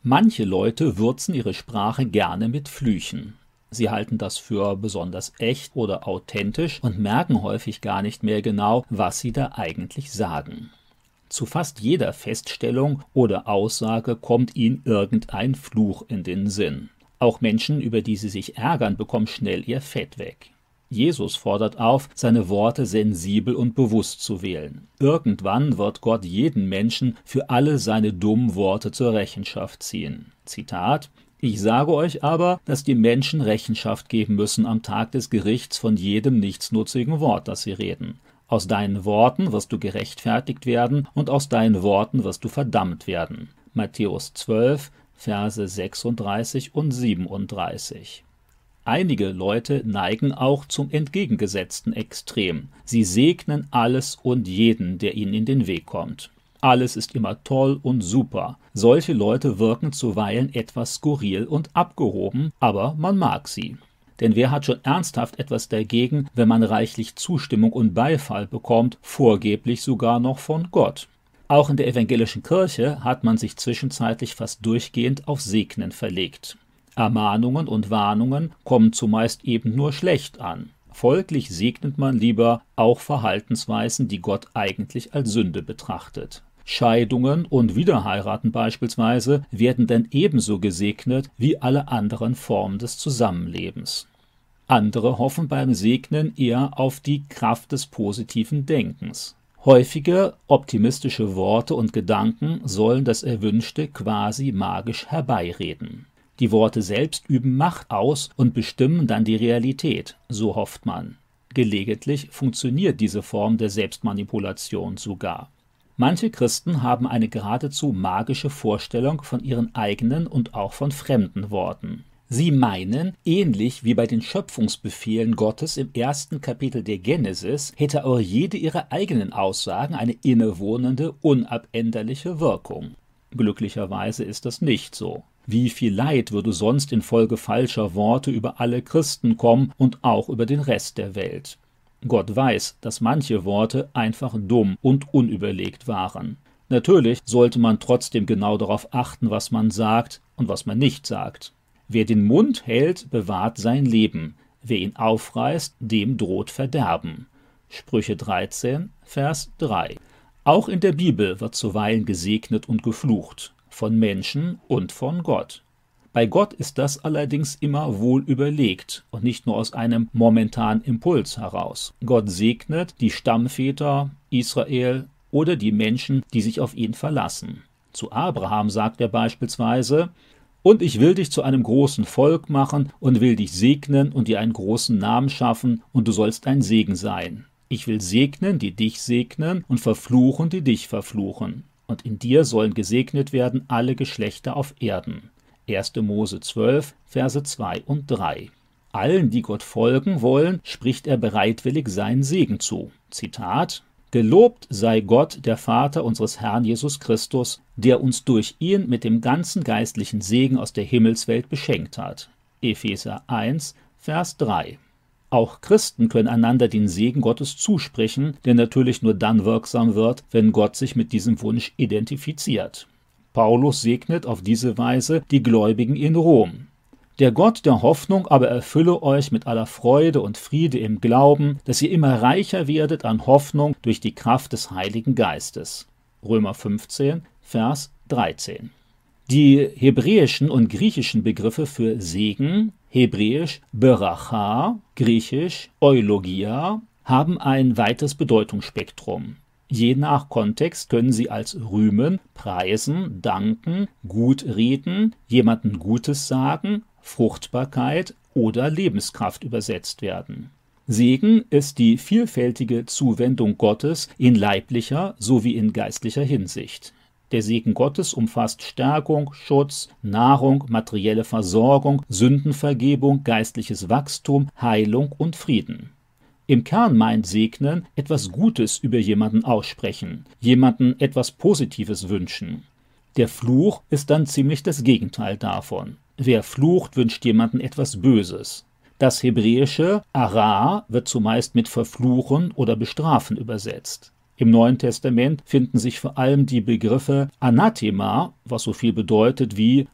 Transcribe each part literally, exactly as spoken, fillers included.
Manche Leute würzen ihre Sprache gerne mit Flüchen. Sie halten das für besonders echt oder authentisch und merken häufig gar nicht mehr genau, was sie da eigentlich sagen. Zu fast jeder Feststellung oder Aussage kommt ihnen irgendein Fluch in den Sinn. Auch Menschen, über die sie sich ärgern, bekommen schnell ihr Fett weg. Jesus fordert auf, seine Worte sensibel und bewusst zu wählen. Irgendwann wird Gott jeden Menschen für alle seine dummen Worte zur Rechenschaft ziehen. Zitat: Ich sage euch aber, dass die Menschen Rechenschaft geben müssen am Tag des Gerichts von jedem nichtsnutzigen Wort, das sie reden. Aus deinen Worten wirst du gerechtfertigt werden und aus deinen Worten wirst du verdammt werden. Matthäus zwölf, Verse sechsunddreißig und siebenunddreißig. Einige Leute neigen auch zum entgegengesetzten Extrem. Sie segnen alles und jeden, der ihnen in den Weg kommt. Alles ist immer toll und super. Solche Leute wirken zuweilen etwas skurril und abgehoben, aber man mag sie. Denn wer hat schon ernsthaft etwas dagegen, wenn man reichlich Zustimmung und Beifall bekommt, vorgeblich sogar noch von Gott? Auch in der evangelischen Kirche hat man sich zwischenzeitlich fast durchgehend auf Segnen verlegt. Ermahnungen und Warnungen kommen zumeist eben nur schlecht an. Folglich segnet man lieber auch Verhaltensweisen, die Gott eigentlich als Sünde betrachtet. Scheidungen und Wiederheiraten beispielsweise werden dann ebenso gesegnet wie alle anderen Formen des Zusammenlebens. Andere hoffen beim Segnen eher auf die Kraft des positiven Denkens. Häufige optimistische Worte und Gedanken sollen das Erwünschte quasi magisch herbeireden. Die Worte selbst üben Macht aus und bestimmen dann die Realität, so hofft man. Gelegentlich funktioniert diese Form der Selbstmanipulation sogar. Manche Christen haben eine geradezu magische Vorstellung von ihren eigenen und auch von fremden Worten. Sie meinen, ähnlich wie bei den Schöpfungsbefehlen Gottes im ersten Kapitel der Genesis, hätte auch jede ihrer eigenen Aussagen eine innewohnende, unabänderliche Wirkung. Glücklicherweise ist das nicht so. Wie viel Leid würde sonst infolge falscher Worte über alle Christen kommen und auch über den Rest der Welt? Gott weiß, dass manche Worte einfach dumm und unüberlegt waren. Natürlich sollte man trotzdem genau darauf achten, was man sagt und was man nicht sagt. Wer den Mund hält, bewahrt sein Leben. Wer ihn aufreißt, dem droht Verderben. Sprüche dreizehn, Vers drei. Auch in der Bibel wird zuweilen gesegnet und geflucht. Von Menschen und von Gott. Bei Gott ist das allerdings immer wohl überlegt und nicht nur aus einem momentanen Impuls heraus. Gott segnet die Stammväter Israel oder die Menschen, die sich auf ihn verlassen. Zu Abraham sagt er beispielsweise: Und ich will dich zu einem großen Volk machen und will dich segnen und dir einen großen Namen schaffen, und du sollst ein Segen sein. Ich will segnen, die dich segnen, und verfluchen, die dich verfluchen. Und in dir sollen gesegnet werden alle Geschlechter auf Erden. erster Mose zwölf, Verse zwei und drei. Allen, die Gott folgen wollen, spricht er bereitwillig seinen Segen zu. Zitat: Gelobt sei Gott, der Vater unseres Herrn Jesus Christus, der uns durch ihn mit dem ganzen geistlichen Segen aus der Himmelswelt beschenkt hat. Epheser eins, Vers drei. Auch Christen können einander den Segen Gottes zusprechen, der natürlich nur dann wirksam wird, wenn Gott sich mit diesem Wunsch identifiziert. Paulus segnet auf diese Weise die Gläubigen in Rom. Der Gott der Hoffnung aber erfülle euch mit aller Freude und Friede im Glauben, dass ihr immer reicher werdet an Hoffnung durch die Kraft des Heiligen Geistes. Römer fünfzehn, Vers dreizehn. Die hebräischen und griechischen Begriffe für Segen, hebräisch Beracha, griechisch Eulogia, haben ein weites Bedeutungsspektrum. Je nach Kontext können sie als rühmen, preisen, danken, gut reden, jemandem Gutes sagen, Fruchtbarkeit oder Lebenskraft übersetzt werden. Segen ist die vielfältige Zuwendung Gottes in leiblicher sowie in geistlicher Hinsicht. Der Segen Gottes umfasst Stärkung, Schutz, Nahrung, materielle Versorgung, Sündenvergebung, geistliches Wachstum, Heilung und Frieden. Im Kern meint Segnen etwas Gutes über jemanden aussprechen, jemanden etwas Positives wünschen. Der Fluch ist dann ziemlich das Gegenteil davon. Wer flucht, wünscht jemanden etwas Böses. Das hebräische Ara wird zumeist mit verfluchen oder bestrafen übersetzt. Im Neuen Testament finden sich vor allem die Begriffe Anathema, was so viel bedeutet wie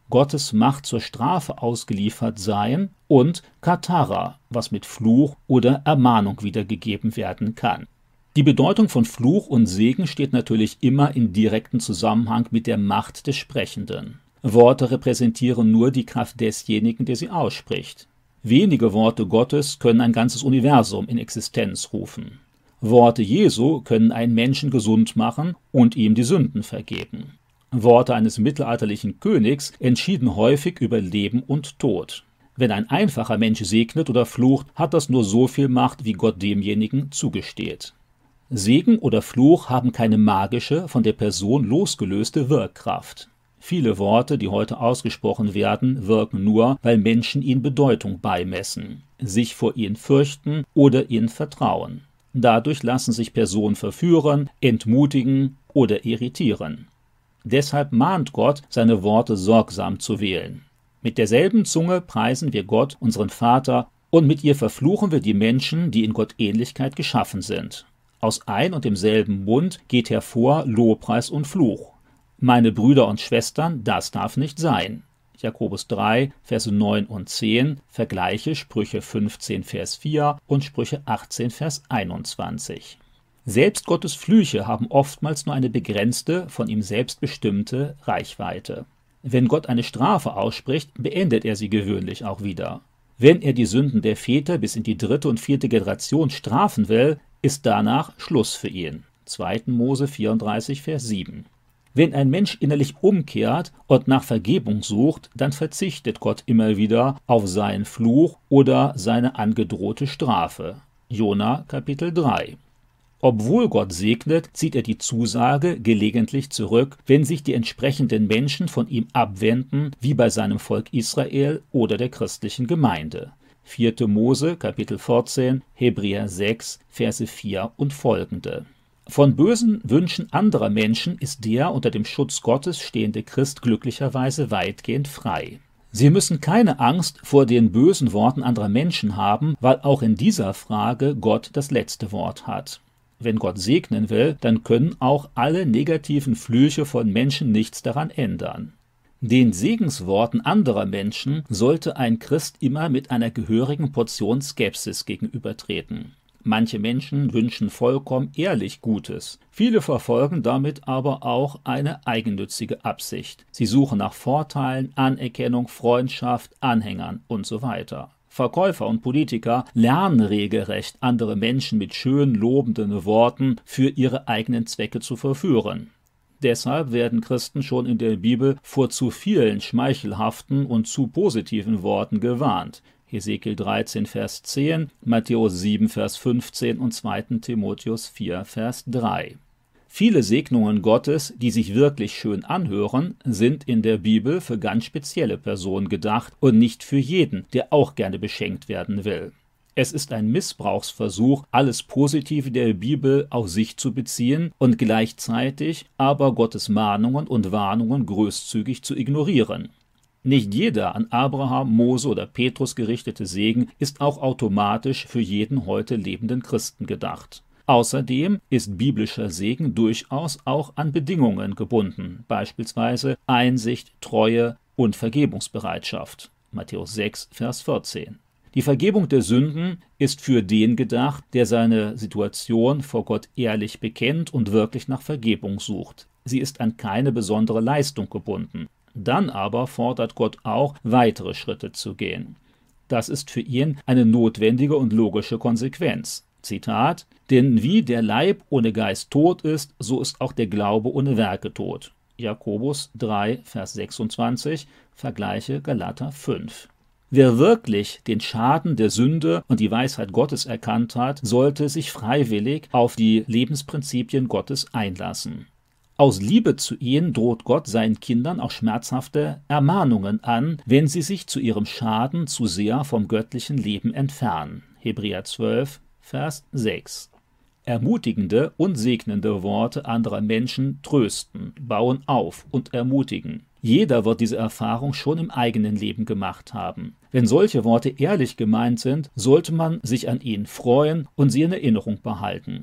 Gottes Macht zur Strafe ausgeliefert seien, und Katara, was mit Fluch oder Ermahnung wiedergegeben werden kann. Die Bedeutung von Fluch und Segen steht natürlich immer in direktem Zusammenhang mit der Macht des Sprechenden. Worte repräsentieren nur die Kraft desjenigen, der sie ausspricht. Wenige Worte Gottes können ein ganzes Universum in Existenz rufen. Worte Jesu können einen Menschen gesund machen und ihm die Sünden vergeben. Worte eines mittelalterlichen Königs entschieden häufig über Leben und Tod. Wenn ein einfacher Mensch segnet oder flucht, hat das nur so viel Macht, wie Gott demjenigen zugesteht. Segen oder Fluch haben keine magische, von der Person losgelöste Wirkkraft. Viele Worte, die heute ausgesprochen werden, wirken nur, weil Menschen ihnen Bedeutung beimessen, sich vor ihnen fürchten oder ihnen vertrauen. Dadurch lassen sich Personen verführen, entmutigen oder irritieren. Deshalb mahnt Gott, seine Worte sorgsam zu wählen. Mit derselben Zunge preisen wir Gott, unseren Vater, und mit ihr verfluchen wir die Menschen, die in Gottähnlichkeit geschaffen sind. Aus ein und demselben Mund geht hervor Lobpreis und Fluch. Meine Brüder und Schwestern, das darf nicht sein. Jakobus drei, Verse neun und zehn, vergleiche Sprüche fünfzehn, Vers vier und Sprüche achtzehn, Vers einundzwanzig. Selbst Gottes Flüche haben oftmals nur eine begrenzte, von ihm selbst bestimmte Reichweite. Wenn Gott eine Strafe ausspricht, beendet er sie gewöhnlich auch wieder. Wenn er die Sünden der Väter bis in die dritte und vierte Generation strafen will, ist danach Schluss für ihn. zweiter Mose vierunddreißig, Vers sieben. Wenn ein Mensch innerlich umkehrt und nach Vergebung sucht, dann verzichtet Gott immer wieder auf seinen Fluch oder seine angedrohte Strafe. Jona Kapitel drei. Obwohl Gott segnet, zieht er die Zusage gelegentlich zurück, wenn sich die entsprechenden Menschen von ihm abwenden, wie bei seinem Volk Israel oder der christlichen Gemeinde. vierte Mose, Kapitel vierzehn, Hebräer sechs, Verse vier und folgende. Von bösen Wünschen anderer Menschen ist der unter dem Schutz Gottes stehende Christ glücklicherweise weitgehend frei. Sie müssen keine Angst vor den bösen Worten anderer Menschen haben, weil auch in dieser Frage Gott das letzte Wort hat. Wenn Gott segnen will, dann können auch alle negativen Flüche von Menschen nichts daran ändern. Den Segensworten anderer Menschen sollte ein Christ immer mit einer gehörigen Portion Skepsis gegenübertreten. Manche Menschen wünschen vollkommen ehrlich Gutes. Viele verfolgen damit aber auch eine eigennützige Absicht. Sie suchen nach Vorteilen, Anerkennung, Freundschaft, Anhängern und so weiter. Verkäufer und Politiker lernen regelrecht, andere Menschen mit schön lobenden Worten für ihre eigenen Zwecke zu verführen. Deshalb werden Christen schon in der Bibel vor zu vielen schmeichelhaften und zu positiven Worten gewarnt. Hesekiel dreizehn, Vers zehn, Matthäus sieben, Vers fünfzehn und zweiter Timotheus vier, Vers drei. Viele Segnungen Gottes, die sich wirklich schön anhören, sind in der Bibel für ganz spezielle Personen gedacht und nicht für jeden, der auch gerne beschenkt werden will. Es ist ein Missbrauchsversuch, alles Positive der Bibel auf sich zu beziehen und gleichzeitig aber Gottes Mahnungen und Warnungen großzügig zu ignorieren. Nicht jeder an Abraham, Mose oder Petrus gerichtete Segen ist auch automatisch für jeden heute lebenden Christen gedacht. Außerdem ist biblischer Segen durchaus auch an Bedingungen gebunden, beispielsweise Einsicht, Treue und Vergebungsbereitschaft. Matthäus sechs, Vers vierzehn. Die Vergebung der Sünden ist für den gedacht, der seine Situation vor Gott ehrlich bekennt und wirklich nach Vergebung sucht. Sie ist an keine besondere Leistung gebunden. Dann aber fordert Gott auch, weitere Schritte zu gehen. Das ist für ihn eine notwendige und logische Konsequenz. Zitat: Denn wie der Leib ohne Geist tot ist, so ist auch der Glaube ohne Werke tot. Jakobus drei, Vers sechsundzwanzig, vergleiche Galater fünf. Wer wirklich den Schaden der Sünde und die Weisheit Gottes erkannt hat, sollte sich freiwillig auf die Lebensprinzipien Gottes einlassen. Aus Liebe zu ihnen droht Gott seinen Kindern auch schmerzhafte Ermahnungen an, wenn sie sich zu ihrem Schaden zu sehr vom göttlichen Leben entfernen. Hebräer zwölf, Vers sechs. Ermutigende und segnende Worte anderer Menschen trösten, bauen auf und ermutigen. Jeder wird diese Erfahrung schon im eigenen Leben gemacht haben. Wenn solche Worte ehrlich gemeint sind, sollte man sich an ihnen freuen und sie in Erinnerung behalten.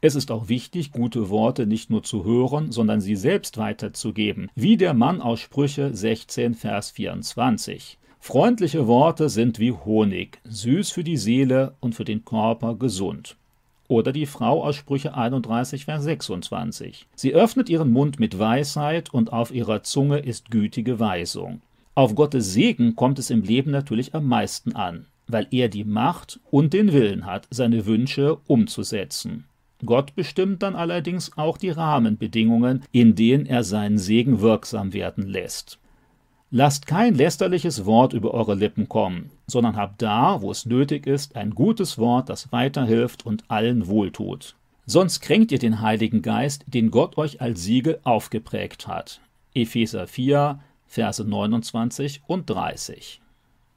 Es ist auch wichtig, gute Worte nicht nur zu hören, sondern sie selbst weiterzugeben, wie der Mann aus Sprüche sechzehn, Vers vierundzwanzig. Freundliche Worte sind wie Honig, süß für die Seele und für den Körper gesund. Oder die Frau aus Sprüche einunddreißig, Vers sechsundzwanzig. Sie öffnet ihren Mund mit Weisheit und auf ihrer Zunge ist gütige Weisung. Auf Gottes Segen kommt es im Leben natürlich am meisten an, weil er die Macht und den Willen hat, seine Wünsche umzusetzen. Gott bestimmt dann allerdings auch die Rahmenbedingungen, in denen er seinen Segen wirksam werden lässt. Lasst kein lästerliches Wort über eure Lippen kommen, sondern habt da, wo es nötig ist, ein gutes Wort, das weiterhilft und allen wohltut. Sonst kränkt ihr den Heiligen Geist, den Gott euch als Siegel aufgeprägt hat. Epheser vier, Verse neunundzwanzig und dreißig.